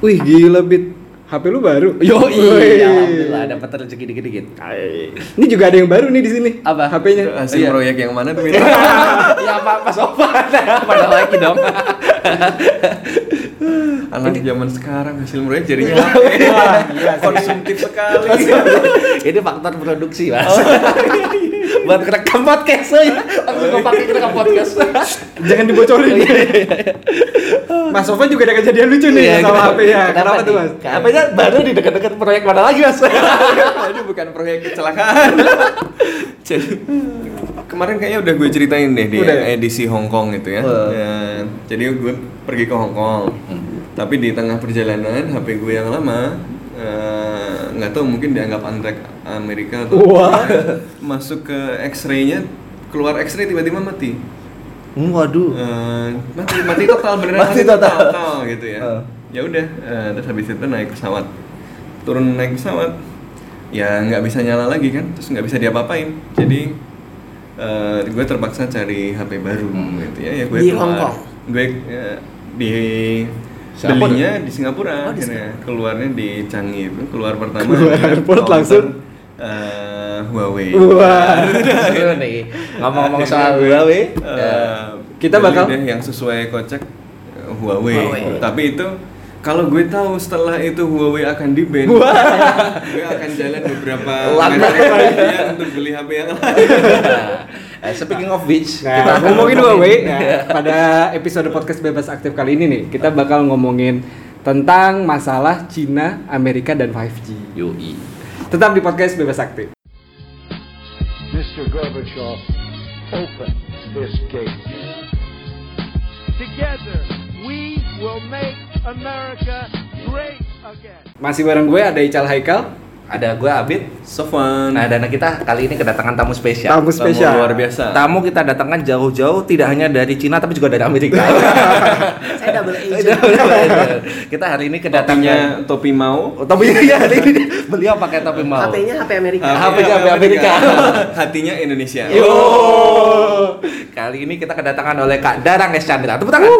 Wih gila Bit, HP lu baru? Yoi, alhamdulillah dapat rezeki dikit-dikit. Ini juga ada yang baru nih di sini. Apa? HP-nya. Hasil proyek yang mana tuh? Ya apa sobat. Pada lagi dong. Anak zaman sekarang hasil proyek jadinya Wah, gila sih. konsumtif sekali. Ini faktor produksi, Mas. Buat rekam podcast ya. Langsung gue pakai rekam podcast. Jangan dibocorin. Mas Sofan juga ada kejadian lucu nih Iya, sama HP ya. Kenapa nih? tuh Mas? HP-nya baru di dekat-dekat proyek mana lagi, Mas? Ini bukan proyek kecelakaan. Jadi kemarin kayaknya udah gue ceritain deh di edisi Hong Kong itu ya. Jadi gue pergi ke Hong Kong. Tapi di tengah perjalanan HP gue yang lama nggak tahu mungkin dianggap antek Amerika atau masuk ke X-ray-nya, keluar X-ray tiba-tiba mati. Waduh. Mati total beneran Mati total gitu ya. Ya udah, terus habis itu naik pesawat, turun naik pesawat, ya nggak bisa nyala lagi kan, terus nggak bisa diapa-apain. Jadi gue terpaksa cari HP baru gitu ya. Ya gue di Hong Kong. Gue di Singapura? belinya di Singapura, akhirnya keluarnya di Changi itu, keluar pertama Keluar airport langsung Huawei. Wah. Seru nih. Ngomong-ngomong soal Huawei, kita beli bakal deh yang sesuai kocek Huawei. Tapi itu kalau gue tahu setelah itu Huawei akan di-ban, gue akan jalan beberapa meter untuk beli HP yang lain. Speaking of which, Nah, ngomongin Huawei, pada episode podcast Bebas Aktif kali ini nih, kita bakal ngomongin tentang masalah Cina, Amerika, dan 5G. Yoi. Tetap di podcast Bebas Aktif. Mr. Gorbachev, open this gate. Together, we will make America great again. Masih bareng gue ada Ical Haikal. Ada gue Abid. Sofwan. Nah, dan kita kali ini kedatangan tamu spesial. Tamu spesial. Luar biasa. Tamu kita datangkan jauh-jauh, tidak hanya dari Cina tapi juga dari Amerika. Saya double agent. Kita hari ini kedatangan Topi mau. topinya ya hari ini beliau pakai topi mau. HP-nya HP Amerika. HP-nya HP Amerika. Hatinya Indonesia. Yo. Kali ini kita kedatangan oleh Kak Darang S. Chandra. Tepuk tangan.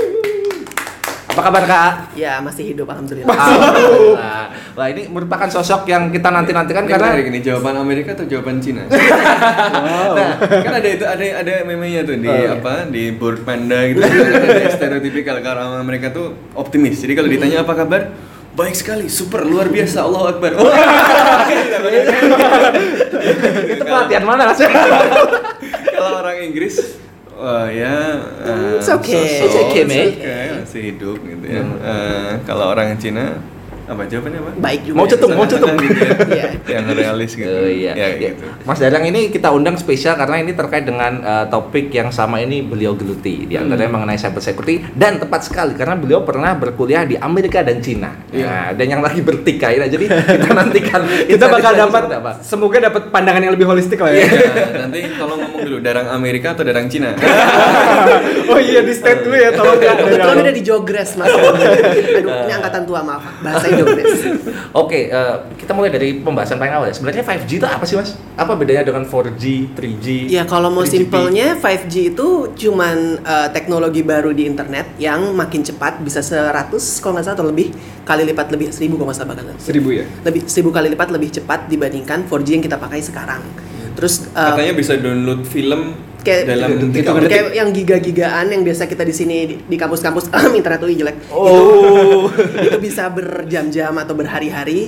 Apa kabar Kak? Ya, masih hidup alhamdulillah. Alhamdulillah. Wah, ini merupakan sosok yang kita nanti-nantikan Ini karena menarik ini, jawaban Amerika atau jawaban Cina? Nah, kan ada meme-nya tuh di di Board Panda gitu. Ada stereotipikal kalau orang Amerika tuh optimis. Jadi kalau ditanya apa kabar? Baik sekali, super, luar biasa, Allahu Akbar. itu pelatihan mana Mas? Kalau orang Inggris, ya It's okay. It's okay, mate. masih hidup gitu ya. Kalau orang Cina, apa jawabannya apa? Baik juga. Mau cetung. Gitu ya. Iya. Yang realis gitu. Oh, iya. Ya, gitu. Mas Darang ini kita undang spesial karena ini terkait dengan topik yang sama ini beliau geluti, di antaranya mengenai cyber security, dan tepat sekali karena beliau pernah berkuliah di Amerika dan Cina. Nah, dan yang lagi bertikai. Nah, jadi kita nantikan Kita bakal insight-insight dapat, seperti apa. semoga dapat pandangan yang lebih holistik lah ya. Nanti kalau ngomong dulu, darang Amerika atau darang Cina? Oh iya, di state dulu ya, tolong ya. Kebetulan udah di Jogres Mas. Aduh, ini angkatan tua maaf. Bahasa Jogres. Oke, kita mulai dari pembahasan paling awal ya. Sebenarnya 5G itu apa sih Mas? Apa bedanya dengan 4G, 3G? Ya kalau mau 3GP? simpelnya 5G itu cuman teknologi baru di internet yang makin cepat, bisa 100 kalau nggak salah atau lebih kali lipat, lebih 1000 kalau nggak salah bahkan. 1000 ya? Lebih 1000 kali lipat lebih cepat dibandingkan 4G yang kita pakai sekarang. Terus Katanya bisa download film kayak dalam detik. kayak yang giga-gigaan yang biasa kita di sini di kampus-kampus internet tuh jelek. Oh. Itu bisa berjam-jam atau berhari-hari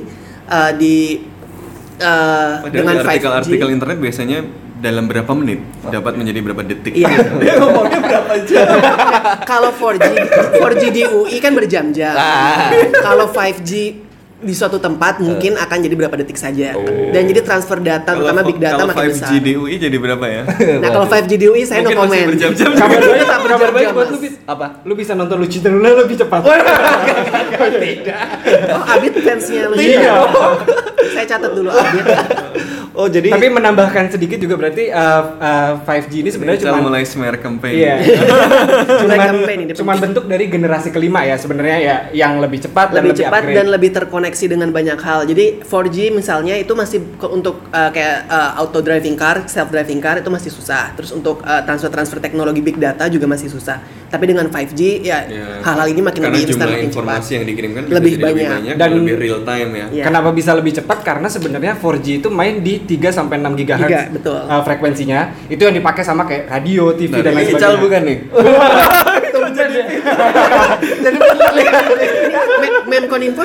Padahal dengan di 5G. artikel internet biasanya dalam berapa menit dapat menjadi berapa detik. Iya. Dia ngomongnya berapa jam? Kalau 4G di UI kan berjam-jam. Kalau 5G di suatu tempat mungkin akan jadi berapa detik saja. Dan jadi transfer data, terutama big data kalau makin 5G besar. di UI jadi berapa ya? Nah, kalau 5G di UI saya no Mungkin masih comment. berjam-jam. Kabar baik, Tetap kabar baik berjam-jam, buat Mas. lu, Bit. Apa? Lu bisa nonton Lucinta Luna lebih cepat. Tidak. Oh, Abid fansnya lu. Iya. Saya catat dulu Abid. Oh, jadi Tapi menambahkan sedikit juga berarti 5G ini sebenarnya Kita cuma mulai smear campaign. iya. Mulai campaign ini, cuman bentuk dari generasi kelima ya sebenarnya ya, yang lebih cepat dan Lebih lebih cepat upgrade. dan lebih terkoneksi dengan banyak hal. Jadi 4G misalnya itu masih untuk kayak auto driving car, self driving car itu masih susah. Terus untuk transfer teknologi big data juga masih susah. Tapi dengan 5G ya hal-hal ini makin karena lebih instan, jumlah makin informasi cepat. yang dikirimkan juga Lebih jadi banyak. Dan lebih real time ya. Iya. Kenapa bisa lebih cepat? Karena sebenarnya 4G itu main di 3 sampai 6 GHz Giga, betul. Frekuensinya. Itu yang dipakai sama kayak radio, TV dan lain ini Ical sebagainya. bukan nih? Jadi benar nih. Menkominfo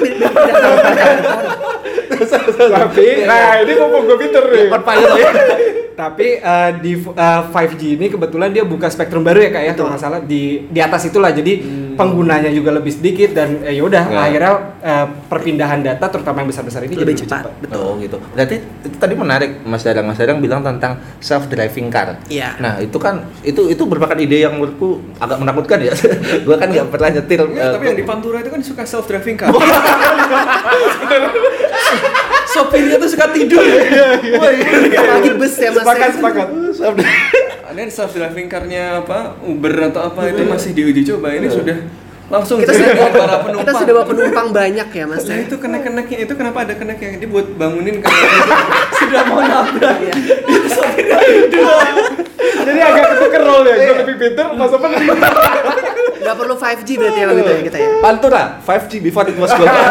Tapi, nah ini mumpung gue pinter nih. On fire ya. Tapi di 5G ini kebetulan dia buka spektrum baru ya kak ya, kalau nggak salah di atas itulah. Jadi penggunanya juga lebih sedikit dan yaudah akhirnya perpindahan data terutama yang besar-besar ini lebih jadi cepat. Betul. Oh gitu. Berarti itu tadi menarik Mas Dadang bilang tentang self driving car. Iya. Nah, itu kan itu merupakan ide yang menurutku agak menakutkan ya. Gua kan nggak pernah nyetir. Tapi yang di Pantura itu kan suka self driving car. Sopirnya tuh suka tidur. Apalagi bus ya Mas. Sepakat. Ada self driving car-nya apa Uber atau apa itu masih diuji coba. Ini sudah langsung Kita jadi sudah para penumpang. Kita sudah bawa penumpang banyak ya Mas. Nah itu kenek-keneknya itu kenapa ada kenek yang dia buat bangunin karena sudah mau nabrak. Iya. Jadi agak ketuker roll ya. Gue lebih pinter, Mas Open. Nggak perlu 5G berarti ya gitu ya kita ya. Pantura 5G before it was gold.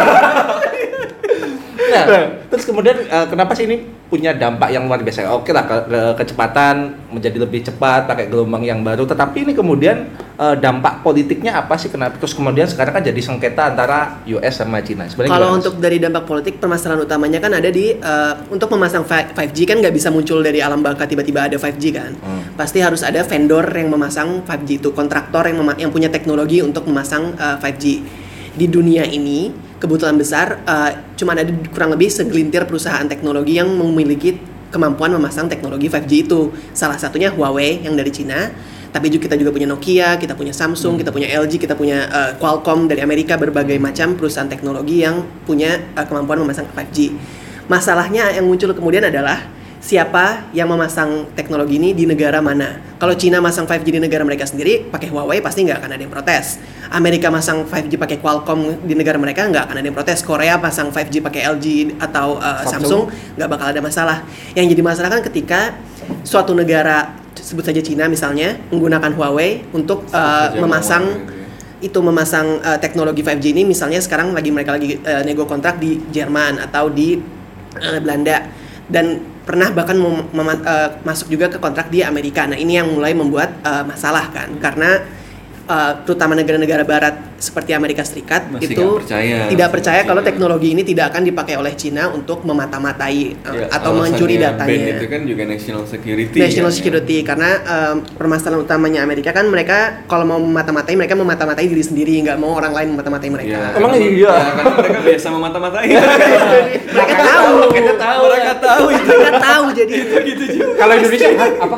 Nah, terus kemudian kenapa sih ini punya dampak yang luar biasa? Oke lah, kecepatan menjadi lebih cepat pakai gelombang yang baru, tetapi ini kemudian dampak politiknya apa sih? Kenapa? Terus kemudian sekarang kan jadi sengketa antara US sama China. Sebenarnya Kalau gimana, untuk dari dampak politik, permasalahan utamanya kan ada di untuk memasang 5G kan nggak bisa muncul dari alam baka tiba-tiba ada 5G kan. Pasti harus ada vendor yang memasang 5G itu, kontraktor yang punya teknologi untuk memasang 5G. Di dunia ini kebetulan besar cuma ada kurang lebih segelintir perusahaan teknologi yang memiliki kemampuan memasang teknologi 5G itu. Salah satunya Huawei yang dari Cina, tapi juga kita juga punya Nokia, kita punya Samsung, kita punya LG, kita punya Qualcomm dari Amerika, berbagai macam perusahaan teknologi yang punya kemampuan memasang 5G. Masalahnya yang muncul kemudian adalah siapa yang memasang teknologi ini di negara mana. Kalau Cina masang 5G di negara mereka sendiri pakai Huawei pasti nggak akan ada yang protes. Amerika masang 5G pakai Qualcomm di negara mereka nggak akan ada yang protes. Korea pasang 5G pakai LG atau Samsung nggak bakal ada masalah. Yang jadi masalah kan ketika suatu negara, sebut saja Cina misalnya, menggunakan Huawei untuk memasang teknologi 5G ini. Misalnya sekarang mereka lagi nego kontrak di Jerman atau di Belanda, dan pernah bahkan masuk juga ke kontrak di Amerika. Nah ini yang mulai membuat masalah kan, karena terutama negara-negara barat seperti Amerika Serikat masih itu tidak percaya kalau China. teknologi ini tidak akan dipakai oleh Cina untuk memata-matai atau alasannya mencuri ban datanya. itu kan juga national security. National kan, security karena permasalahan utamanya Amerika kan mereka kalau mau memata-matai mereka memata-matai diri sendiri, nggak mau orang lain memata-matai mereka. Ya, Emang karena- iya? ya, karena mereka biasa memata-matai. Mereka tahu. Mereka tahu itu. Mereka tahu jadi Gitu juga. Kalau Indonesia apa?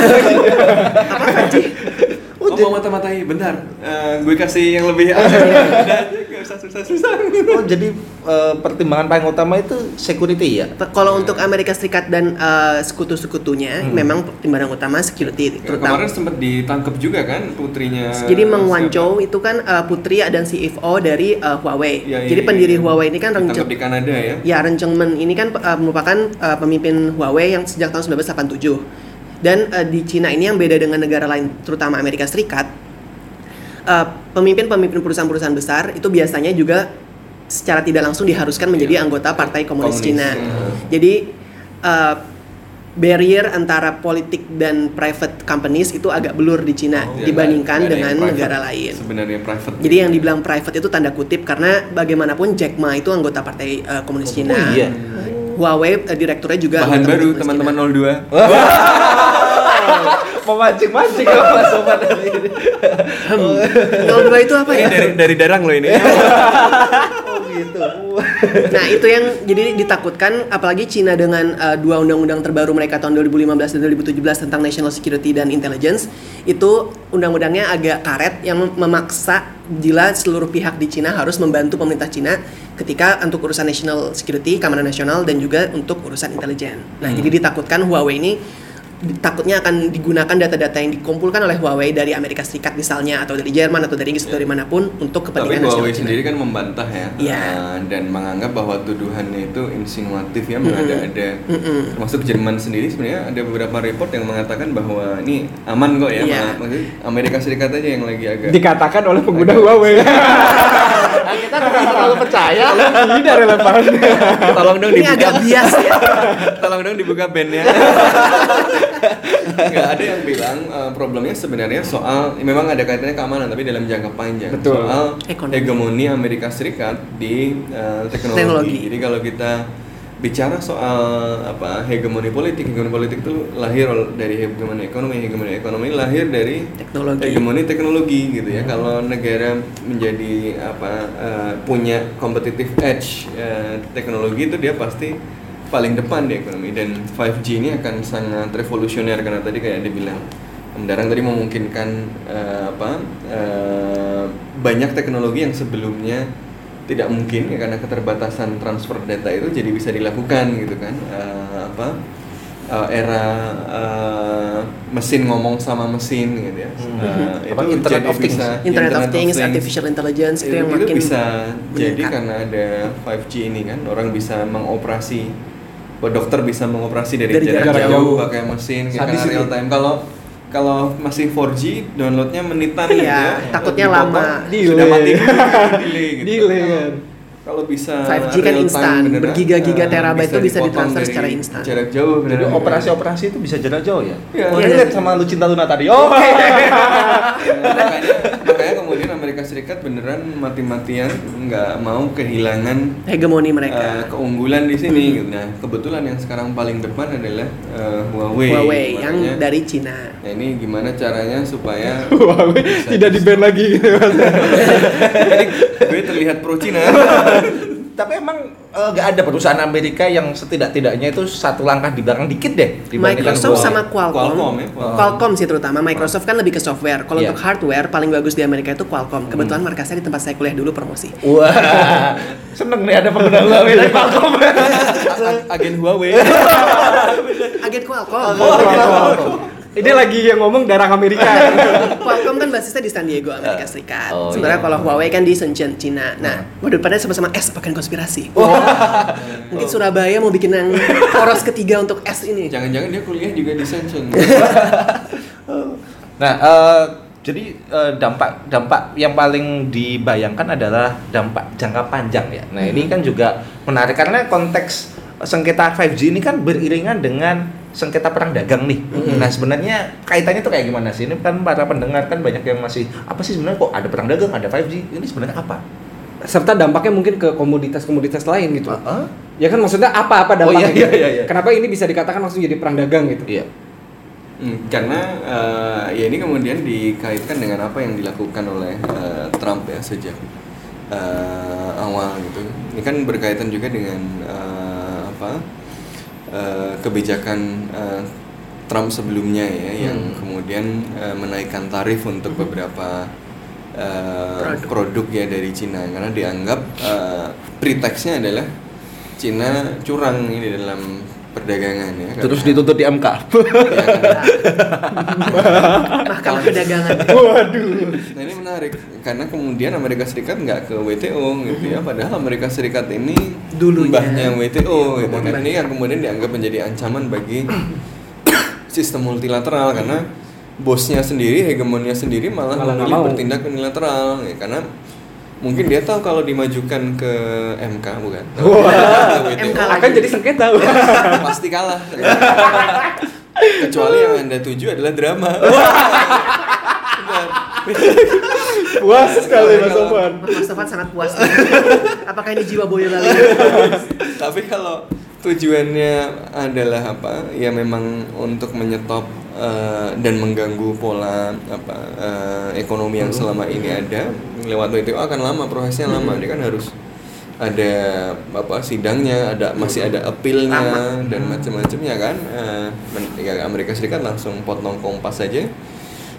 Mau mata-matai, bentar. Gue kasih yang lebih gak usah susah-susah. Oh, jadi pertimbangan paling utama itu security ya? kalau untuk Amerika Serikat dan sekutu-sekutunya memang pertimbangan utama security terutama. Kemarin sempat ditangkap juga kan putrinya. Jadi Meng Wanzhou itu kan putri dan CFO dari Huawei. Ya, Jadi pendiri Huawei ini kan ditangkap di Kanada ya. Ya, Ren Zhengmen ini kan merupakan pemimpin Huawei yang sejak tahun 1987. Dan di Cina ini yang beda dengan negara lain, terutama Amerika Serikat, pemimpin-pemimpin perusahaan-perusahaan besar itu biasanya juga secara tidak langsung diharuskan menjadi anggota Partai Komunis Cina. Jadi barrier antara politik dan private companies itu agak blur di Cina dibandingkan Nggak ada dengan yang private, negara lain. Sebenarnya private. Jadi yang dibilang private itu tanda kutip karena bagaimanapun Jack Ma itu anggota Partai Komunis Cina. Oh iya. Huawei direkturnya juga bahan anggota baru Komunis teman-teman Cina. 02. Memancing-mancing kalau Mas Sobat tadi. 02 itu apa ya? Dari darang loh ini. Oh gitu. Nah itu yang jadi ditakutkan, apalagi Cina dengan dua undang-undang terbaru mereka tahun 2015 dan 2017 tentang National Security dan Intelligence, itu undang-undangnya agak karet yang memaksa bila seluruh pihak di Cina harus membantu pemerintah Cina ketika untuk urusan national security, keamanan nasional, dan juga untuk urusan intelijen. Nah jadi ditakutkan Huawei ini takutnya akan digunakan data-data yang dikumpulkan oleh Huawei dari Amerika Serikat misalnya, atau dari Jerman atau dari Inggris atau dari manapun untuk Tapi kepentingan nasional Huawei Cina. sendiri kan membantah ya, dan menganggap bahwa tuduhannya itu insinuatif ya, mengada-ada. Termasuk Jerman sendiri sebenarnya ada beberapa report yang mengatakan bahwa ini aman kok ya, maksudnya Amerika Serikat aja yang lagi agak dikatakan oleh pengguna Huawei. Kita terlalu percaya. Tidak relevan. tolong dong Ini dibuka agak bias ya. tolong dong dibuka bandnya. Nggak ada yang bilang problemnya sebenarnya soal memang ada kaitannya keamanan tapi dalam jangka panjang. Betul. Soal Ekonomi. hegemoni Amerika Serikat di teknologi. Jadi kalau kita bicara soal hegemoni politik itu lahir dari hegemoni ekonomi lahir dari Teknologi. hegemoni teknologi gitu ya. Kalau negara menjadi punya competitive edge teknologi itu dia pasti paling depan di ekonomi, dan 5G ini akan sangat revolusioner karena tadi kayak dibilang Om Darang tadi memungkinkan banyak teknologi yang sebelumnya tidak mungkin ya karena keterbatasan transfer data itu jadi bisa dilakukan gitu kan. Era mesin ngomong sama mesin gitu ya. Itu Internet jadi of Things. bisa Internet of Things, artificial intelligence itu yang itu makin bisa jadi meningkat. karena ada 5G ini kan, orang bisa mengoperasi, dokter bisa mengoperasi dari Dari jarak jarak jauh jauh. pakai mesin Sadis karena real itu. time. Kalau masih 4G downloadnya menitan gitu Iya, ya. takutnya Dipotong, lama. sudah mati delay gitu. Delay kan. Kalau bisa 5G kan real time instan, beneran, bergiga-giga terabyte itu bisa dipotong ditransfer dari secara instan. Jarak jauh Jadi beneran. operasi-operasi itu bisa jarak jauh ya? Iya. Oh, relate sama Lucinta Luna tadi. Oke. makanya kemudian Amerika Serikat beneran mati-matian nggak mau kehilangan Hegemoni mereka. keunggulan di sini. Gitu. Nah kebetulan yang sekarang paling depan adalah Huawei. Huawei yang Makanya, dari Cina. nah ini gimana caranya supaya Huawei tidak di-ban lagi gitu. jadi gue terlihat pro Cina. Tapi emang nggak ada perusahaan Amerika yang setidak-tidaknya itu satu langkah di belakang dikit deh dibandingkan Microsoft Huawei. sama Qualcomm. Qualcomm ya, Qualcomm sih terutama. Microsoft kan lebih ke software. Kalau Iya. untuk hardware paling bagus di Amerika itu Qualcomm. Kebetulan markasnya di tempat saya kuliah dulu promosi. Wah, seneng nih ada pengguna Huawei dari Qualcomm. Agen Huawei. Agen Qualcomm. Ini lagi yang ngomong darah Amerika. Qualcomm kan basisnya di San Diego, Amerika Serikat. Oh, Sebenarnya iya. kalau Huawei kan di Shenzhen, Cina. Nah, waduh depannya sama-sama S, pakai konspirasi. Mungkin Surabaya mau bikin yang poros ketiga untuk S ini. Jangan-jangan dia kuliah juga di Shenzhen. Nah, jadi dampak yang paling dibayangkan adalah dampak jangka panjang ya. Nah, ini kan juga menarik karena konteks sengketa 5G ini kan beriringan dengan sengketa perang dagang nih. Nah, sebenarnya kaitannya tuh kayak gimana sih? Ini kan para pendengar kan banyak yang masih apa sih sebenarnya kok ada perang dagang, ada 5G. Ini sebenarnya apa? Serta dampaknya mungkin ke komoditas-komoditas lain gitu. Heeh. Ya kan maksudnya apa dampaknya? iya, iya, iya. Kenapa ini bisa dikatakan langsung jadi perang dagang gitu? Iya. Karena ya ini kemudian dikaitkan dengan apa yang dilakukan oleh Trump ya sejak awal gitu. Ini kan berkaitan juga dengan kebijakan Trump sebelumnya ya, yang kemudian menaikkan tarif untuk beberapa produk ya dari Cina karena dianggap pretextnya adalah Cina curang ini dalam perdagangan ya. Terus karena- dituntut di MK. Mahkamah Perdagangan. Waduh. Nah ini menarik karena kemudian Amerika Serikat nggak ke WTO gitu ya, padahal Amerika Serikat ini Dulunya. mbahnya WTO gitu kan. Ini yang kemudian dianggap menjadi ancaman bagi sistem multilateral karena bosnya sendiri, hegemonnya sendiri malah Malah nggak memilih mau. bertindak unilateral ya, karena mungkin dia tahu kalau dimajukan ke MK bukan. Wah. Ke WTO, MK Akan jadi sengketa. pasti kalah. Kecuali yang Anda tuju adalah drama. Benar. Puas sekali Mas Sofwan. Mas Sofwan sangat puas. Apakah ini jiwa Boyolali? Tapi kalau tujuannya adalah apa? Ya memang untuk menyetop dan mengganggu pola ekonomi yang selama ini ada lewat WTO akan lama, prosesnya lama. Dia kan harus ada sidangnya, masih ada appeal-nya dan macam-macamnya kan. Ya Amerika Serikat langsung potong kompas saja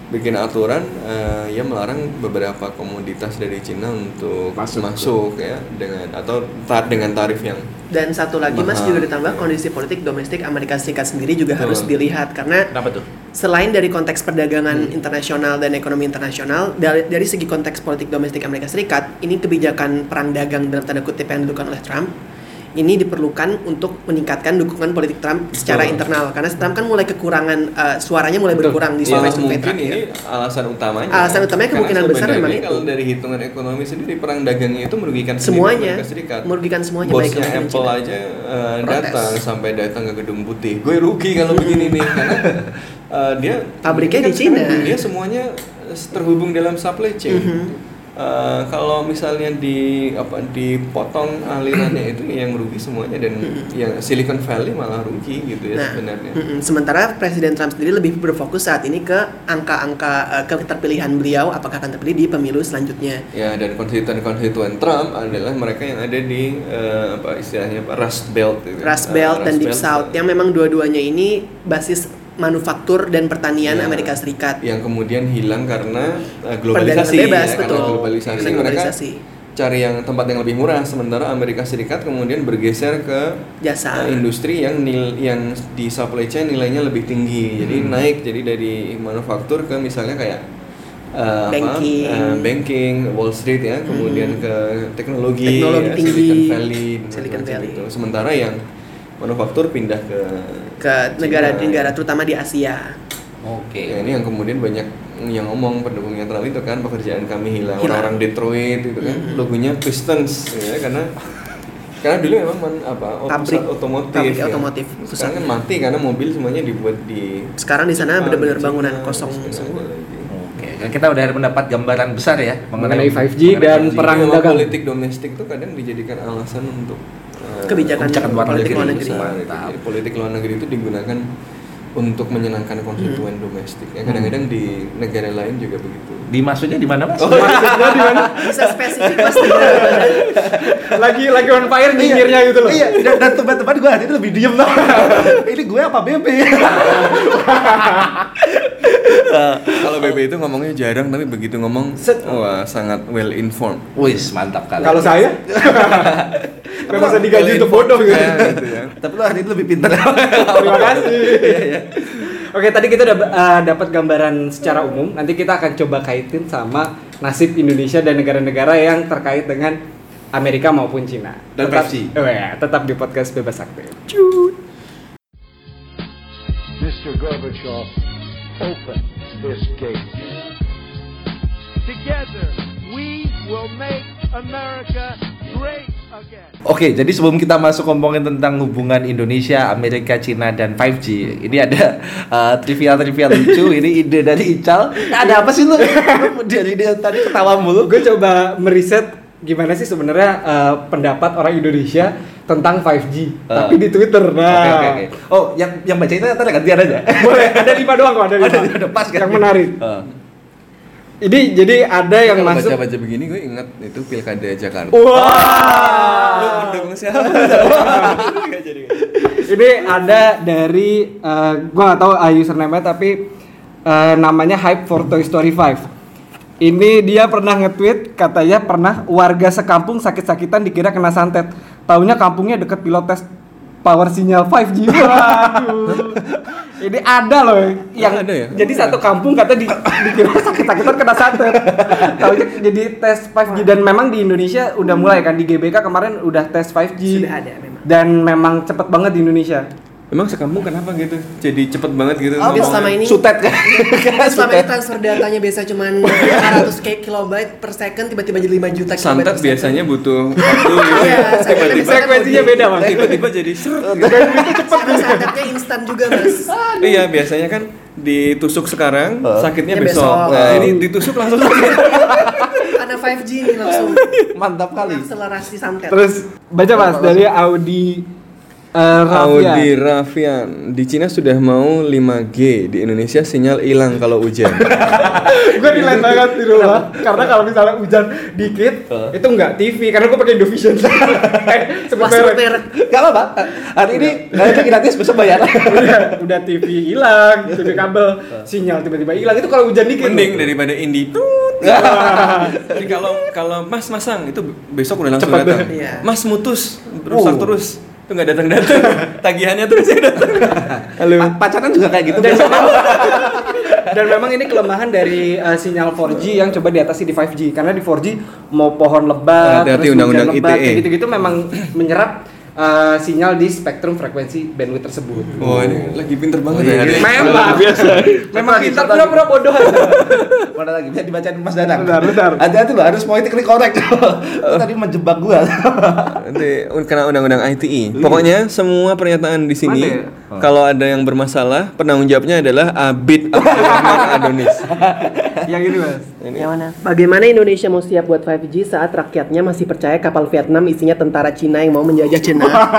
bikin aturan yang melarang beberapa komoditas dari Cina untuk masuk ya dengan tarif yang dan satu lagi Mas mahal. juga ditambah kondisi politik domestik Amerika Serikat sendiri juga harus dilihat karena Kenapa tuh? selain dari konteks perdagangan internasional dan ekonomi internasional dari segi konteks politik domestik Amerika Serikat ini kebijakan perang dagang dalam tanda kutip yang dilakukan oleh Trump ini diperlukan untuk meningkatkan dukungan politik Trump secara internal karena Trump kan mulai kekurangan suaranya mulai berkurang di survei mungkin terakhir. ini alasan utamanya. Alasan utamanya kemungkinan Karena besar memang sebenarnya itu. kalau dari hitungan ekonomi sendiri perang dagangnya itu merugikan Semuanya, Amerika Serikat. merugikan semuanya baik Bosnya Amerika dan Apple China. aja Protes. datang ke Gedung Putih. Gue rugi kalau begini nih karena dia Pabriknya kan di Cina. sekarang Dia semuanya terhubung dalam supply chain. Kalau misalnya dipotong alirannya itu yang rugi semuanya dan yang Silicon Valley malah rugi gitu ya sebenarnya. Sementara Presiden Trump sendiri lebih berfokus saat ini ke angka-angka keterpilihan beliau apakah akan terpilih di pemilu selanjutnya. Ya, dan konstituen Trump adalah mereka yang ada di istilahnya Rust Belt gitu. Rust Belt dan Deep Belt, South yang memang dua-duanya ini basis manufaktur dan pertanian Amerika Serikat. Yang kemudian hilang karena globalisasi. Perdagangan bebas, Karena betul. globalisasi Karena mereka globalisasi. cari yang tempat yang lebih murah, sementara Amerika Serikat kemudian bergeser ke Jasa. industri yang di supply chain nilainya lebih tinggi. Jadi naik dari manufaktur ke misalnya kayak banking, Wall Street ya, kemudian ke teknologi tinggi, Silicon Valley, Silicon Valley. gitu. Sementara yang manufaktur pindah ke negara-negara terutama di Asia. Oke. Ya, ini yang kemudian banyak yang ngomong pendukungnya Trump itu kan pekerjaan kami hilang. Orang-orang Detroit itu kan logonya Pistons ya karena dulu memang Pabrik otomotif. otomotif. Sekarang kan mati karena mobil semuanya dibuat di Sekarang di sana benar-benar Cina, bangunan kosong Cina semua. lagi. Oke, kan kita udah mendapat gambaran besar ya Mengenai 5G dan Jadi perang memang dagang. politik domestik itu kadang dijadikan alasan untuk Kebijakan politik luar negeri. Jadi, politik luar negeri itu digunakan untuk menyenangkan konstituen domestik. Ya kadang-kadang di negara lain juga begitu. Maksudnya di mana, Mas? Maksudnya di mana? Bisa spesifik pasti. lagi on fire nyinyirnya gitu loh. Iya, dan teman-teman gue hari ini lebih diem loh. Ini gue apa Bebe? Kalau BB itu ngomongnya jarang tapi begitu ngomong wah sangat well informed. Wis, mantap kali. Kalau saya memang saya digaji untuk bodoh gitu. Gitu ya. Tapi lo hari ini lebih pintar. Terima kasih. Oke, tadi kita udah dapat gambaran secara umum. Nanti kita akan coba kaitin sama nasib Indonesia dan negara-negara yang terkait dengan Amerika maupun Cina. Dan tetap, 5G. Tetap di podcast Bebas Aktif. Mr. Gorbachev, open this gate. Together, we will make America great again. Oke, jadi sebelum kita masuk ngomongin tentang hubungan Indonesia, Amerika, Cina, dan 5G, ini ada trivia lucu. Ini ide dari Ical. Ada apa sih lu? Dari dia tadi ketawa mulu. Gue coba meriset gimana sih sebenarnya pendapat orang Indonesia tentang 5G, tapi di Twitter. Nah, Oke. Oh, yang baca itu ntar gantian aja. boleh. Ada 5 doang kok, ada 5. Ada pas kan? Yang menarik. Ini jadi ada yang Kalau masuk. baca-baca begini gue ingat itu Pilkada Jakarta. Wah. Lu mendukung siapa? Gak jadi. Ini ada dari gua nggak tahu username-nya tapi namanya Hype for Toy Story 5. Ini dia pernah nge-tweet katanya pernah warga sekampung sakit-sakitan dikira kena santet. Taunya kampungnya deket pilotes power sinyal 5G. Waduh. Ini ada loh yang Ada ya? jadi satu kampung kata dikira sakit-sakitan kena santet. Taunya jadi tes 5G dan memang di Indonesia udah mulai kan di GBK kemarin udah tes 5G. Sudah ada memang. Dan memang cepet banget di Indonesia. Emang sekampung kenapa gitu? Jadi cepet banget gitu. Mungkin selama ini Sutet kan? selama ini transfer datanya biasa cuma 500 kilobyte per second tiba-tiba jadi 5 juta kilobyte Santet per second. biasanya butuh waktu gitu. Iya, santet Frekuensinya beda, Bang. Tiba-tiba jadi seret. Karena santetnya instan juga, Mas. Iya, biasanya kan ditusuk sekarang, sakitnya Ya, besok. besok. Nah, ini ditusuk langsung sakit. Karena 5G nih langsung Mantap kali. akselerasi santet. Terus baca Mas dari Audi Audi Raffian di Cina sudah mau 5G, di Indonesia sinyal hilang kalau hujan. Gue relate banget di rumah karena kalau misalnya hujan dikit itu nggak TV karena gue pakai Indovision. Sebut merek. Gak apa-apa. Hari ini itu gratis, besok bayar. Udah TV hilang, TV kabel, sinyal tiba-tiba hilang itu kalau hujan dikit. Mending daripada Indi tut. Jadi kalau Mas masang itu besok udah langsung Cepat datang. Iya. Mas mutus rusak terus. Itu nggak datang tagihannya terus ya datang. Halo. Pacaran juga kayak gitu. Dan memang ini kelemahan dari sinyal 4G yang coba diatasi di 5G karena di 4G mau pohon lebat, Hati-hati terus undang-undang hujan lebat, ITE. kayak gitu-gitu memang menyerap sinyal di spektrum frekuensi bandwidth tersebut. Oh ini lagi pinter banget ya. Memang biasa. Memang kita pura-pura bodoh aja. Mana lagi bisa dibacain Mas Danang. Bentar. Hati-hati loh, harus politically correct. Lu tadi menjebak gua. Nanti kena undang-undang ITE. Pokoknya semua pernyataan di sini kalau ada yang bermasalah, penanggung jawabnya adalah Abid Abdurrahman Adonis. Yang ini Mas. Yang mana? Bagaimana Indonesia mau siap buat 5G saat rakyatnya masih percaya kapal Vietnam isinya tentara Cina yang mau menjajah Cina?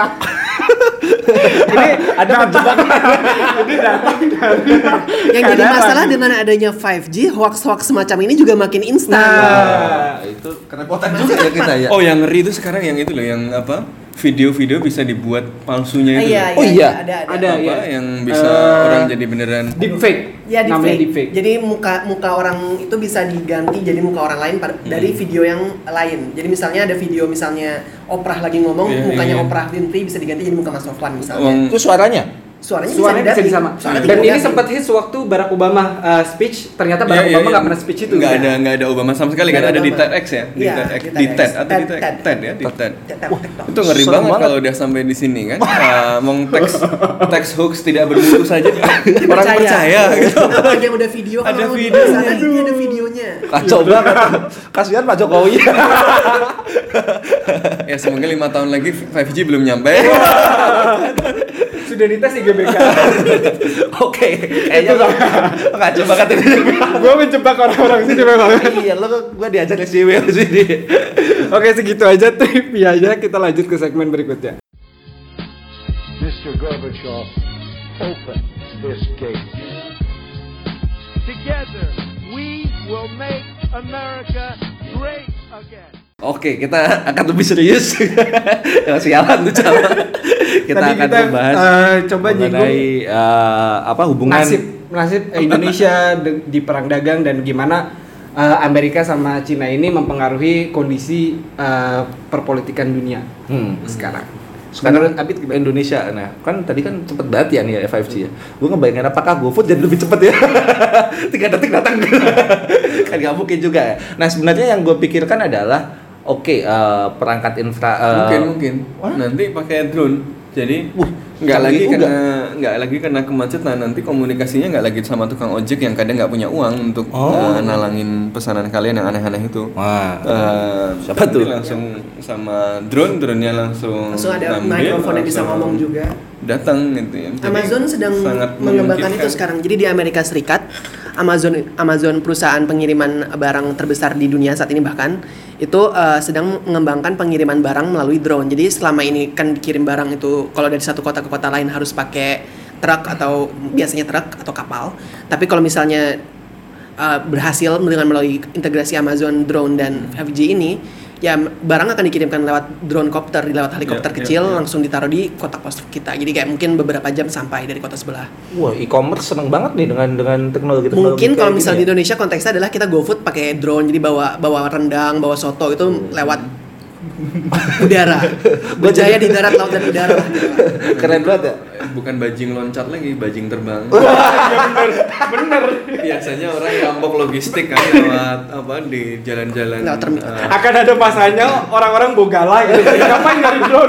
Ini ada penjebak. Ini datang dari Yang jadi masalah dengan adanya 5G, hoax-hoax semacam ini juga makin instan. Nah, itu kerepotan juga ya kita ya. Oh yang ngeri itu sekarang yang itu loh, yang apa? Video-video bisa dibuat palsunya itu. Iya, loh. iya, ada Apa ya. yang bisa orang jadi beneran Deepfake. Ya Namanya deepfake. Jadi muka orang itu bisa diganti jadi muka orang lain dari video yang lain. Jadi misalnya ada video misalnya Oprah lagi ngomong, Iya, mukanya iya. Oprah Winfrey bisa diganti jadi muka Mas Sofwan misalnya. Itu suaranya. Suaranya bisa disama. Dan ini sempat hits waktu Barack Obama speech. Ternyata Barack Obama nggak pernah speech itu. Nggak ada Obama sama sekali kan, Nggak ada ada di Obama. TEDx ya, Iya, di TED atau di TED ya, di TED. Itu ngeri Serem banget banget. kalau udah sampai di sini kan. Mong teks hoax tidak bermutu saja orang Percaya. percaya gitu. Apalagi yang udah video, Ada kalau videonya. di sana, ini ada videonya. Kacau banget. Kasihan Pak Jokowi. Ya semoga 5 tahun lagi 5G belum nyampe. Sudah dites di GBK. Oke, kayaknya kacau banget ini. Gue menjebak orang-orang sini memang. Iya, lo gua diajak ke sini sini. Oke, segitu aja trivianya. Kita lanjut ke segmen berikutnya. Mr. Gorbachev, open this gate. Together, we will make America great again. Oke, kita akan lebih serius. Ya, sialan tuh jalan. Kita Tadi akan kita, membahas coba mengenai hubungan nasib Indonesia di perang dagang dan gimana Amerika sama Cina ini mempengaruhi kondisi perpolitikan dunia sekarang. Menurut Abid gimana? Indonesia, nah kan tadi kan cepet banget ya nih ya 5G ya. Gue ngebayangin apakah GoFood jadi lebih cepet ya? 3 detik datang. Kan gak mungkin juga ya. Nah sebenarnya yang gue pikirkan adalah perangkat infra Mungkin nanti pakai drone. Jadi nggak lagi karena kemacetan, nanti komunikasinya nggak lagi sama tukang ojek yang kadang nggak punya uang untuk nalangin pesanan kalian yang aneh-aneh itu. Wah, Siapa tuh? Langsung sama drone-nya langsung ada ngambil, mikrofon yang bisa langsung ngomong juga. datang gitu ya. Jadi Amazon sedang sangat mengembangkan memungkinkan. itu sekarang. Jadi di Amerika Serikat, Amazon perusahaan pengiriman barang terbesar di dunia saat ini bahkan itu sedang mengembangkan pengiriman barang melalui drone. Jadi selama ini kan dikirim barang itu kalau dari satu kota ke kota lain harus pakai truk atau biasanya truk atau kapal. Tapi kalau misalnya berhasil dengan melalui integrasi Amazon drone dan 5G ini, ya barang akan dikirimkan lewat drone copter, lewat helikopter kecil langsung ditaruh di kotak pos kita. Jadi kayak mungkin beberapa jam sampai dari kota sebelah. wah e-commerce seneng banget nih dengan teknologi. Mungkin kalau kayak misalnya gini di Indonesia konteksnya adalah kita GoFood pakai drone, jadi bawa rendang, bawa soto itu lewat udara. Berjaya di darat, laut dan udara. ya. Keren banget ya. Bukan bajing loncat lagi, bajing terbang. Bener. Biasanya orang ngambok logistik kan lewat di jalan-jalan. Lewat terminal. Akan ada masanya orang-orang bogala gitu. Ngapain nyari drone?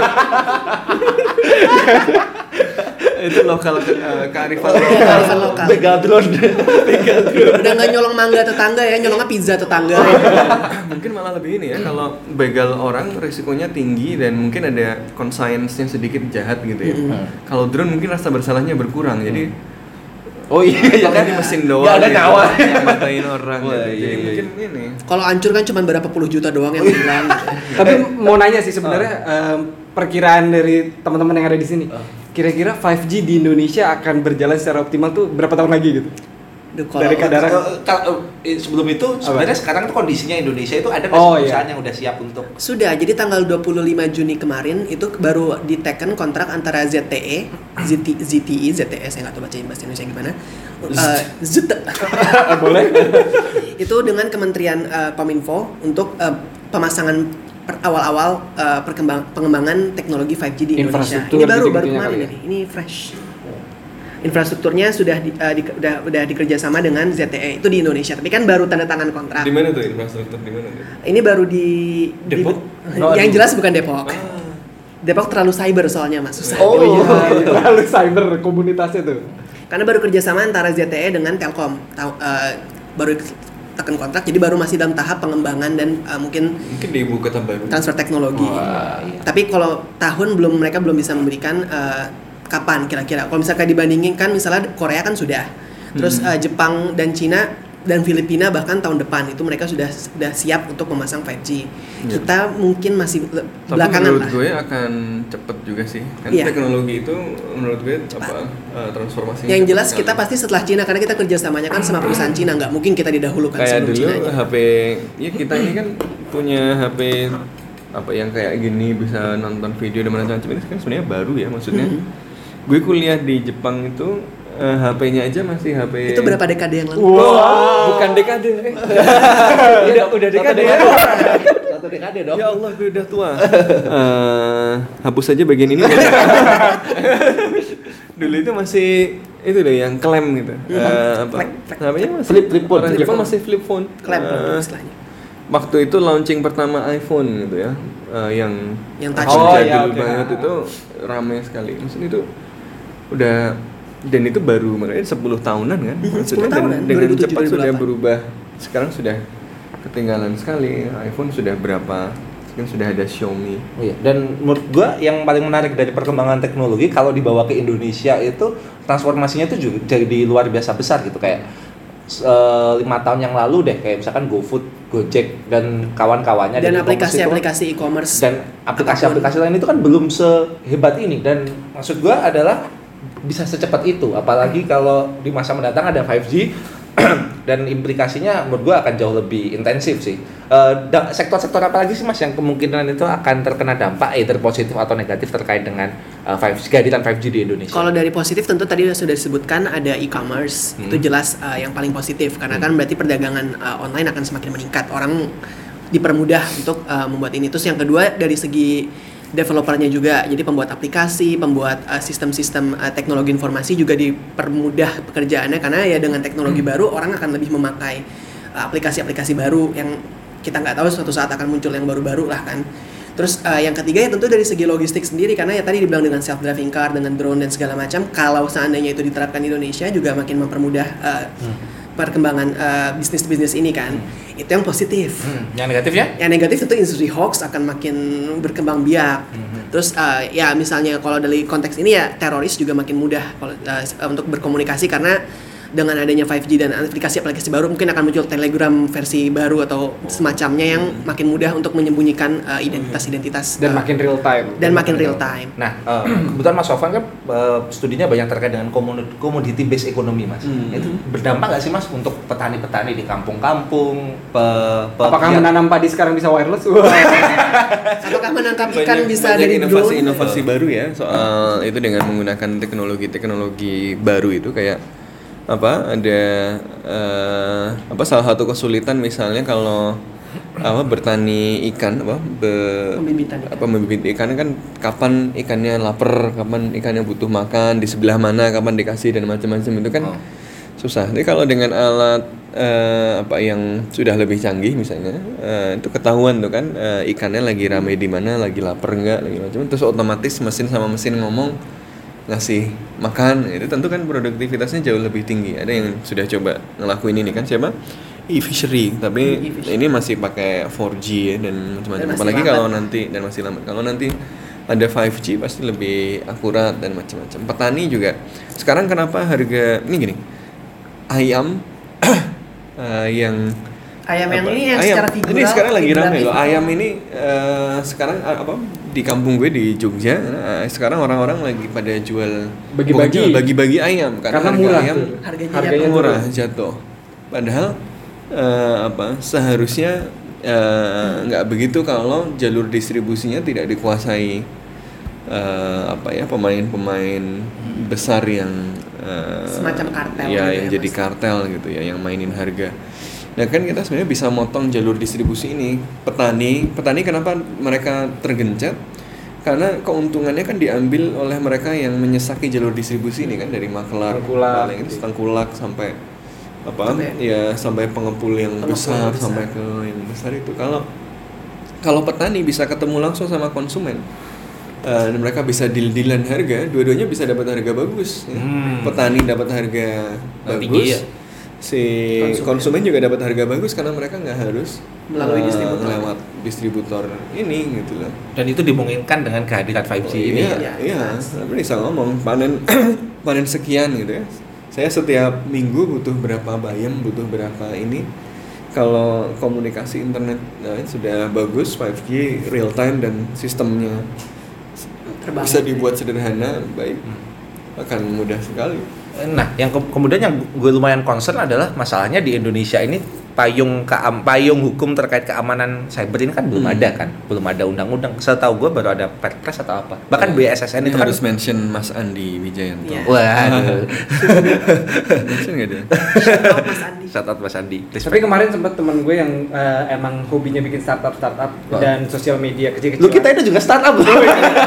Itu lokal kearifan Kearifan lokal. Begal drone. Udah nggak nyolong mangga tetangga ya, nyolongnya pizza tetangga. Mungkin malah lebih ini ya, kalau begal orang risikonya tinggi dan mungkin ada conscience-nya sedikit jahat gitu ya. Kalau drone mungkin rasa bersalahnya berkurang. Jadi Oh iya, ya kan Ini mesin doang. Nggak ada gitu. nyawa. Yang matain orang. Wah, gitu. iya, Jadi iya, mungkin ini. Kalau hancur kan cuma berapa puluh juta doang yang hilang. Tapi mau nanya sih sebenarnya perkiraan dari teman-teman yang ada di sini. Kira-kira 5G di Indonesia akan berjalan secara optimal tuh berapa tahun lagi gitu? Duh, kalau Dari kadar Sebelum itu sebenarnya sekarang tuh kondisinya Indonesia itu ada nggak Oh, sih iya. perusahaan yang udah siap untuk sudah, jadi tanggal 25 Juni kemarin itu baru diteken kontrak antara ZTE, ZTE, ZTE, saya nggak tahu baca bahasa Indonesia gimana. boleh? Itu dengan Kementerian Kominfo untuk pemasangan awal-awal pengembangan teknologi 5G di Indonesia. Infrastruktur Ini baru gitu-gitunya kemarin kali ya? ini fresh. Infrastrukturnya sudah udah dikerjasama dengan ZTE itu di Indonesia, tapi kan baru tanda tangan kontrak. Di mana tuh infrastruktur di mana tuh? Ini baru di Depok? yang jelas bukan Depok. Depok terlalu cyber soalnya Mas, susah. Oh iya, lalu cyber komunitasnya tuh. Karena baru kerjasama antara ZTE dengan Telkom, baru tekan kontrak, jadi baru masih dalam tahap pengembangan dan mungkin Mungkin di ibu kota baru. transfer teknologi. Tapi kalau tahun mereka belum bisa memberikan kapan kira-kira. Kalau misalkan dibandingin kan misalnya Korea kan sudah, terus Jepang dan Cina dan Filipina bahkan tahun depan itu mereka sudah siap untuk memasang 5G. Kita mungkin masih Tapi belakangan menurut lah. gue akan cepet juga sih. Kan Iya. teknologi itu menurut gue transformasinya. Yang cepet jelas sekali. kita pasti setelah Cina karena kita kerjasamanya kan sama perusahaan Cina, nggak mungkin kita didahulukan Kayak sebelum dulu Cina. HP ya kita ini kan punya HP apa yang kayak gini bisa nonton video dan macam-macam ini kan sebenarnya baru ya maksudnya. Gue kuliah di Jepang itu HP-nya aja masih HP. Itu berapa dekade yang lalu? Bukan dekade. udah dekade ya. Satu dekade dong. Ya Allah, gue udah tua. Hapus aja bagian ini. Dulu itu masih itu deh yang klem gitu. Apa? Namanya masih Flip phone. Orang Jepang masih flip phone. Klep istilahnya. Waktu itu launching pertama iPhone gitu ya. Yang touch. iPhone Oh, jadul iya, oke. banget itu ramai sekali. Maksudnya itu udah dan itu baru makanya 10 tahunan kan. 10 tahunan, Dan dengan 2007, cepat sudah 2008. berubah. Sekarang sudah ketinggalan sekali. iPhone sudah berapa? Sekarang sudah ada Xiaomi. Oh iya. Dan menurut gua yang paling menarik dari perkembangan teknologi kalau dibawa ke Indonesia itu transformasinya itu juga jadi luar biasa besar gitu kayak 5 tahun yang lalu deh kayak misalkan GoFood, Gojek dan kawan-kawannya Dan dari e-commerce itu, aplikasi e-commerce dan aplikasi-aplikasi lain itu kan belum sehebat ini dan maksud gua adalah bisa secepat itu apalagi kalau di masa mendatang ada 5G dan implikasinya menurut gua akan jauh lebih intensif sih. Sektor-sektor apa lagi sih Mas yang kemungkinan itu akan terkena dampak either positif atau negatif terkait dengan 5G, kehadiran 5G di Indonesia? Kalau dari positif tentu tadi sudah disebutkan ada e-commerce, itu jelas yang paling positif karena kan berarti perdagangan online akan semakin meningkat, orang dipermudah untuk membuat ini. Terus yang kedua dari segi developernya juga, jadi pembuat aplikasi, pembuat sistem-sistem teknologi informasi juga dipermudah pekerjaannya karena ya dengan teknologi baru orang akan lebih memakai aplikasi-aplikasi baru yang kita nggak tahu suatu saat akan muncul yang baru-baru lah kan. Terus yang ketiga ya tentu dari segi logistik sendiri karena ya tadi dibilang dengan self driving car, dengan drone dan segala macam, kalau seandainya itu diterapkan di Indonesia juga makin mempermudah perkembangan bisnis-bisnis ini kan. Itu yang positif. Yang negatifnya? Yang negatif tentu industri hoax akan makin berkembang biak. Terus ya misalnya kalau dari konteks ini ya teroris juga makin mudah untuk berkomunikasi karena dengan adanya 5G dan aplikasi-aplikasi baru mungkin akan muncul Telegram versi baru atau semacamnya yang makin mudah untuk menyembunyikan identitas-identitas Dan makin real time. dan makin real time. Nah, kebetulan Mas Sofwan kan studinya banyak terkait dengan commodity based economy Mas. Itu berdampak nggak sih Mas untuk petani-petani di kampung-kampung? Apakah menanam padi sekarang bisa wireless? Apakah menangkap ikan bisa dari drone? inovasi baru ya soal itu dengan menggunakan teknologi baru itu kayak apa ada apa salah satu kesulitan misalnya kalau bertani ikan membibit ikan kan kapan ikannya lapar, kapan ikannya butuh makan, di sebelah mana, kapan dikasih dan macam-macam itu kan susah. Jadi kalau dengan alat yang sudah lebih canggih misalnya itu ketahuan tuh kan ikannya lagi ramai di mana, lagi lapar enggak, lagi macam, terus otomatis mesin sama mesin ngomong ngasih makan, itu tentu kan produktivitasnya jauh lebih tinggi. Ada yang sudah coba ngelakuin ini kan siapa? E-fishery, tapi ini masih pakai 4G ya, dan macam-macam. Apalagi kalau nanti dan masih lambat. Kalau nanti ada 5G pasti lebih akurat dan macam-macam. Petani juga. Sekarang kenapa harga ini gini? ayam yang Ayam ayam. secara figural. Ini sekarang lagi figuratif rame loh. itu. Ayam ini sekarang di kampung gue di Jogja. Sekarang orang-orang lagi pada jual Bagi-bagi. bagi-bagi ayam karena harga murah ayam tuh. Harganya murah jatuh. Padahal seharusnya nggak begitu kalau jalur distribusinya tidak dikuasai pemain-pemain besar yang Semacam kartel ya gitu yang ya, jadi Mas. kartel gitu ya, yang mainin harga. Nah kan kita sebenarnya bisa motong jalur distribusi ini. Petani kenapa mereka tergencet? Karena keuntungannya kan diambil oleh mereka yang menyesaki jalur distribusi ini kan, dari makelar, paling itu Tengkulak sampai sampai pengepul yang besar, sampai ke yang besar itu. Kalau petani bisa ketemu langsung sama konsumen, dan mereka bisa deal-dealan harga, dua-duanya bisa dapat harga bagus. Ya. Petani dapat harga bagus, ya. si konsumen juga dapat harga bagus karena mereka nggak harus Melalui distributor. lewat distributor ini gitu loh. Dan itu dimungkinkan dengan kehadiran 5G ini. Iya, tapi bisa ngomong panen sekian gitu ya. Saya setiap minggu butuh berapa bayam, butuh berapa ini. Kalau komunikasi internet sudah bagus, 5G real time dan sistemnya bisa dibuat sederhana, baik, akan mudah sekali. Nah, yang kemudian yang gue lumayan concern adalah masalahnya di Indonesia ini payung hukum terkait keamanan cyber ini kan belum ada kan, belum ada undang-undang. Setahu gue baru ada Perpres atau apa. Bahkan BSSN itu harus kan mention Mas Andi Wijayanto. Iya. Waduh. Mention nggak dia? Mas Andi. Shout out Mas Andi. Tapi kemarin sempat teman gue yang emang hobinya bikin startup dan sosial media kecil-kecilan. Lu kita itu juga startup loh.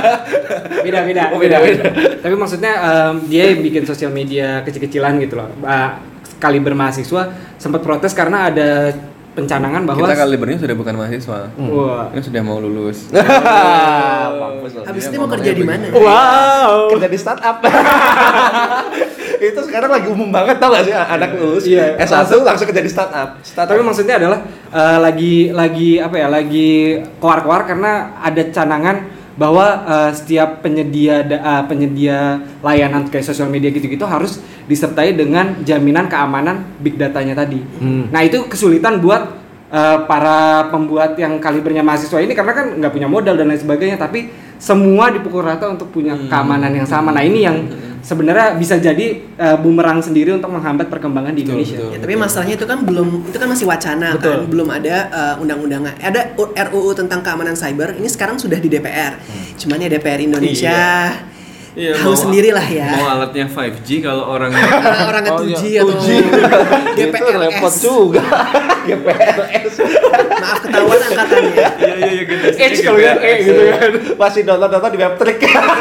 Beda. Oh, beda. Tapi maksudnya dia bikin sosial media kecil-kecilan gitu loh. Kaliber mahasiswa sempat protes karena ada pencanangan bahwa Kita kalibernya sudah bukan mahasiswa. Wah. Ini sudah mau lulus. Habis ini mau kerja di mana? Wow. Kerja di startup. Itu sekarang lagi umum banget, tau gak sih anak lulus S1 langsung kerja di startup. Tapi maksudnya adalah lagi keluar karena ada canangan bahwa setiap penyedia layanan kayak sosial media gitu-gitu harus disertai dengan jaminan keamanan big datanya tadi. Nah itu kesulitan buat para pembuat yang kalibernya mahasiswa ini karena kan nggak punya modal dan lain sebagainya, tapi semua dipukul rata untuk punya keamanan yang sama. Nah ini yang sebenarnya bisa jadi bumerang sendiri untuk menghambat perkembangan di Indonesia. Ya, tapi masalahnya itu kan masih wacana kan, belum ada undang-undangnya. Ada RUU tentang keamanan cyber, ini sekarang sudah di DPR. Cuman ya DPR Indonesia tahu sendirilah ya. Mau alatnya 5G kalau orangnya 2G atau Itu repot juga. GPRS. maaf ketahuan angkatannya. Iya gitu. Edge kalau ya gitu kan. Masih download di Webtrick.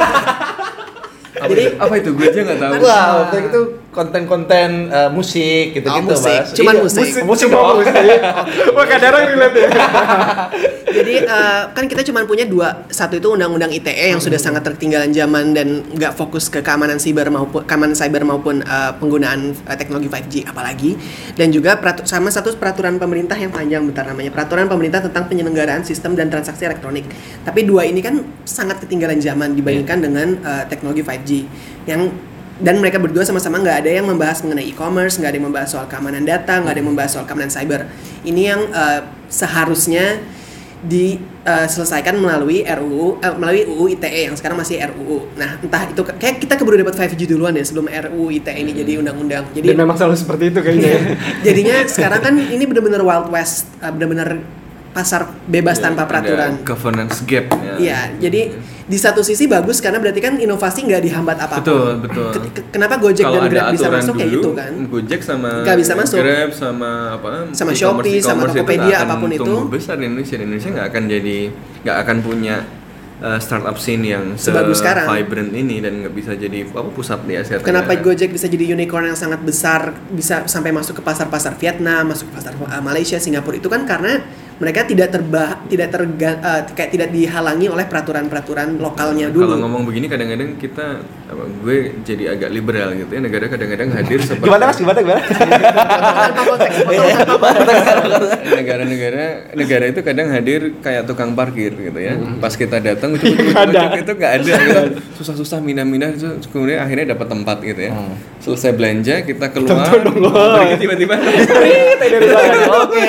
Jadi apa itu? Gue aja nggak tahu. Wah, Webtrick itu konten-konten musik gitu-gitu, musik. Mas. Cuman Iya, musik. Musik. Wah kadang relate ya. Jadi kan kita cuma punya satu itu undang-undang ITE yang sudah sangat tertinggalan zaman dan nggak fokus ke keamanan cyber maupun penggunaan teknologi 5G apalagi, dan juga sama satu peraturan pemerintah yang panjang bentar namanya peraturan pemerintah tentang penyelenggaraan sistem dan transaksi elektronik. Tapi dua ini kan sangat ketinggalan zaman dibandingkan dengan teknologi 5G dan mereka berdua sama-sama nggak ada yang membahas mengenai e-commerce, nggak ada yang membahas soal keamanan data, nggak ada yang membahas soal keamanan cyber. Ini yang seharusnya diselesaikan melalui UU ITE yang sekarang masih RUU. Nah, entah itu kayak kita keburu dapat 5G duluan ya sebelum RUU ITE ini jadi undang-undang. Jadi Dan memang selalu seperti itu kayaknya. jadinya sekarang kan ini benar-benar Wild West, benar-benar pasar bebas tanpa peraturan. Governance gap. Iya, jadi di satu sisi bagus karena berarti kan inovasi nggak dihambat apapun. Betul. Kenapa Gojek Kalau dan Grab ada bisa aturan masuk kayak dulu, gitu kan? Gojek sama Nggak bisa masuk. Grab sama Sama Shopee, sama e-commerce Tokopedia, itu nggak akan apapun itu. tumbuh besar di Indonesia. Di Indonesia nggak akan punya startup scene yang Sebagus sekarang. vibrant ini dan nggak bisa jadi pusat di Asia Kenapa Tenggara. Gojek bisa jadi unicorn yang sangat besar, bisa sampai masuk ke pasar-pasar Vietnam, masuk ke pasar Malaysia, Singapura itu kan karena mereka tidak dihalangi oleh peraturan-peraturan lokalnya dulu. Kalau ngomong begini kadang-kadang kita gue jadi agak liberal gitu ya. Negara kadang-kadang hadir seperti Gimana Mas? Gimana? Tanpa konteks. negara itu kadang hadir kayak tukang parkir gitu ya. Pas kita datang ujuk itu nggak ada gitu. Susah-susah minah-minah itu kemudian akhirnya dapat tempat gitu ya. Selesai belanja kita keluar. Pergi tiba-tiba. Oke.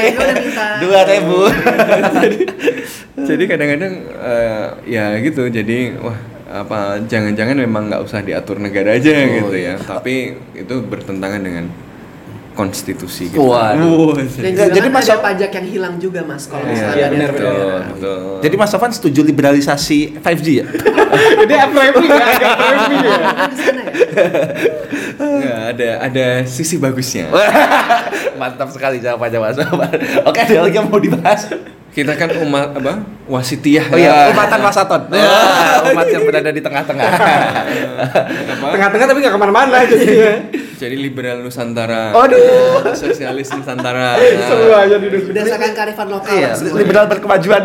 2.000. Jadi kadang-kadang ya gitu. Jadi wah apa jangan-jangan memang nggak usah diatur negara aja gitu ya. Tapi itu bertentangan dengan konstitusi gitu. Waduh. Dan juga Jadi kan Mas ada pajak yang hilang juga Mas kalau misalnya Iya, ada benar. Betul. Jadi Mas Sofan setuju liberalisasi 5G ya? Jadi framing ya, agak framing ya. di sana ya. Nggak, ada sisi bagusnya. Mantap sekali jawabannya Mas Sofan. Oke, ada lagi yang mau dibahas? Kita kan umat apa? Wasitiyah. Oh iya, umatan Wasaton. Umat yang berada di tengah-tengah. Tengah-tengah tapi nggak kemana-mana jadinya. Jadi liberal Nusantara. Aduh. Sosialis Nusantara. Semua aja di Berdasarkan kearifan lokal Iya, semua. liberal berkemajuan.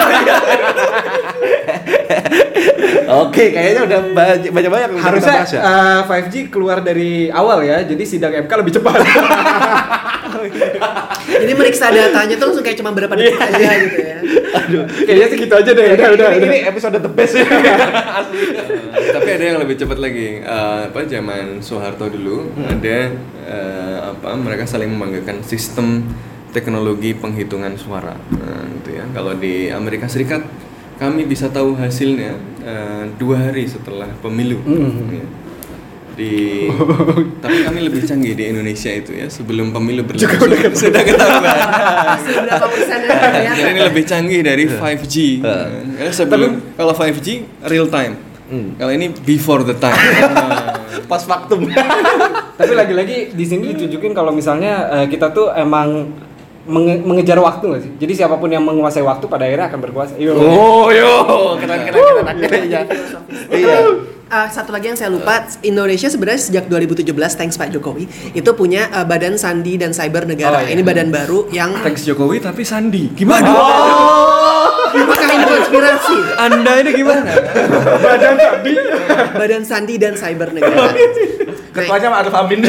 Oke, kayaknya udah banyak-banyak yang udah Harusnya kita bahas ya. 5G keluar dari awal ya, jadi sidang MK lebih cepat. Jadi meriksa datanya tuh langsung kayak cuma berapa detik aja gitu ya. Aduh, kayaknya sih gitu aja deh. Udah. Ini episode the best ya. Tapi ada yang lebih cepat lagi. Zaman Soeharto dulu ada mereka saling membanggakan sistem teknologi penghitungan suara. Gitu ya. Kalau di Amerika Serikat kami bisa tahu hasilnya 2 hari setelah pemilu. Ya. Tapi kami lebih canggih di Indonesia itu ya, sebelum pemilu berlangsung sudah ketahuan. Masih berapa persen ya? Jadi ini lebih canggih dari 5G. Karena sebelum kalau 5G real time. Kalau ini before the time. Pas faktum. Tapi lagi-lagi di sini ditunjukin kalau misalnya kita tuh emang mengejar waktu nggak sih? Jadi siapapun yang menguasai waktu pada akhirnya akan berkuasa. Yo. Keren. Iya. Satu lagi yang saya lupa, Indonesia sebenarnya sejak 2017 thanks Pak Jokowi itu punya Badan Sandi dan Cyber Negara. Oh, iya. Ini badan baru yang Thanks Jokowi tapi Sandi. Gimana? apakah ini konspirasi? Anda ini gimana? Badan Sandi dan Cyber Negara. Ketuanya Ma'ruf Amin.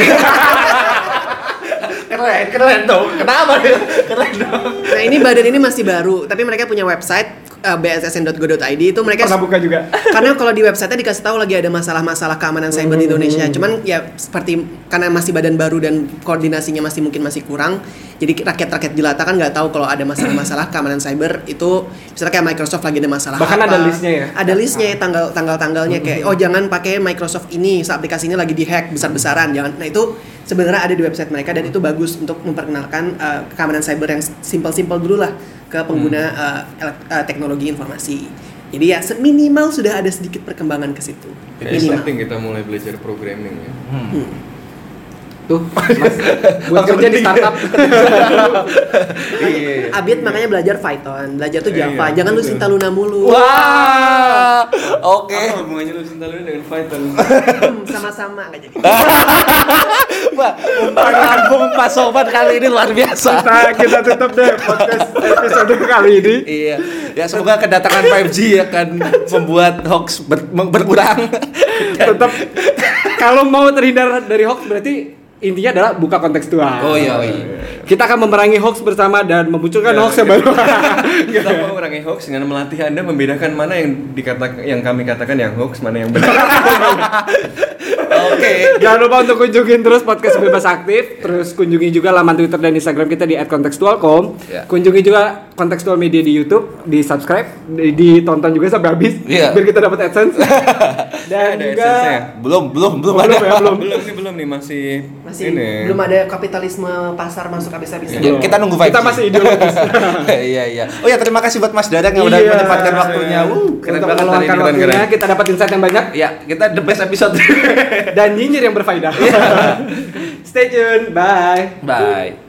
Keren dong. Kenapa dia? Keren dong. Nah ini badan ini masih baru, tapi mereka punya website bssn.go.id itu mereka Pernah buka juga. karena kalau di website-nya dikasih tahu lagi ada masalah-masalah keamanan cyber di Indonesia. Cuman ya seperti karena masih badan baru dan koordinasinya masih kurang. Jadi rakyat-rakyat jelata kan nggak tahu kalau ada masalah-masalah keamanan cyber itu misalnya kayak Microsoft lagi ada masalah Bahkan apa. ada listnya ya? Ada listnya ya, tanggal-tanggalnya kayak jangan pakai Microsoft ini, aplikasi ini lagi dihack besar-besaran, jangan. Nah itu sebenarnya ada di website mereka dan itu bagus untuk memperkenalkan keamanan cyber yang simpel-simpel dulu lah ke pengguna teknologi informasi. Jadi ya minimal sudah ada sedikit perkembangan ke situ. Kayaknya penting kita mulai belajar programming ya. Tuh, Mas, buat kerja di startup. Abid makanya belajar Python, belajar tuh Java. Iya, Jangan lu betul. Sinta Luna mulu. Wah. Oke. Apa hubungannya lu Sinta Luna dengan Python? Sama-sama nggak jadi. Wah, umpan lambung Pak Sofan kali ini luar biasa. Kita tutup deh podcast episode kali ini. Iya. Ya semoga kedatangan 5G akan membuat hoax berkurang. Tetap kalau mau terhindar dari hoax berarti intinya adalah buka kontekstual. Oh iya. Kita akan memerangi hoax bersama dan memunculkan hoax yang baru. Kita mau memerangi hoax dengan melatih Anda membedakan mana yang kami katakan yang hoax, mana yang benar. Oke. Jangan lupa untuk kunjungin terus podcast Bebas Aktif. Terus kunjungi juga laman Twitter dan Instagram kita di @kontekstual.com. Ya. Kunjungi juga Kontekstual Media di YouTube, di subscribe, ditonton juga sampai habis Iya. biar kita dapat AdSense. Dan Ada juga AdSense-nya? Belum belum ada. ya, belum. belum nih masih ini. Belum ada kapitalisme pasar masuk habis-habisan. Ya, kita nunggu 5G. Kita masih ideologis. Iya. Oh ya, terima kasih buat Mas Dadang yang udah Iya. menyempatkan waktunya. Untuk Keren banget hari meluangkan ini. waktunya, kita dapat insight yang banyak Ya, kita the best episode. dan nyinyir yang berfaedah. Stay tune, bye. Bye.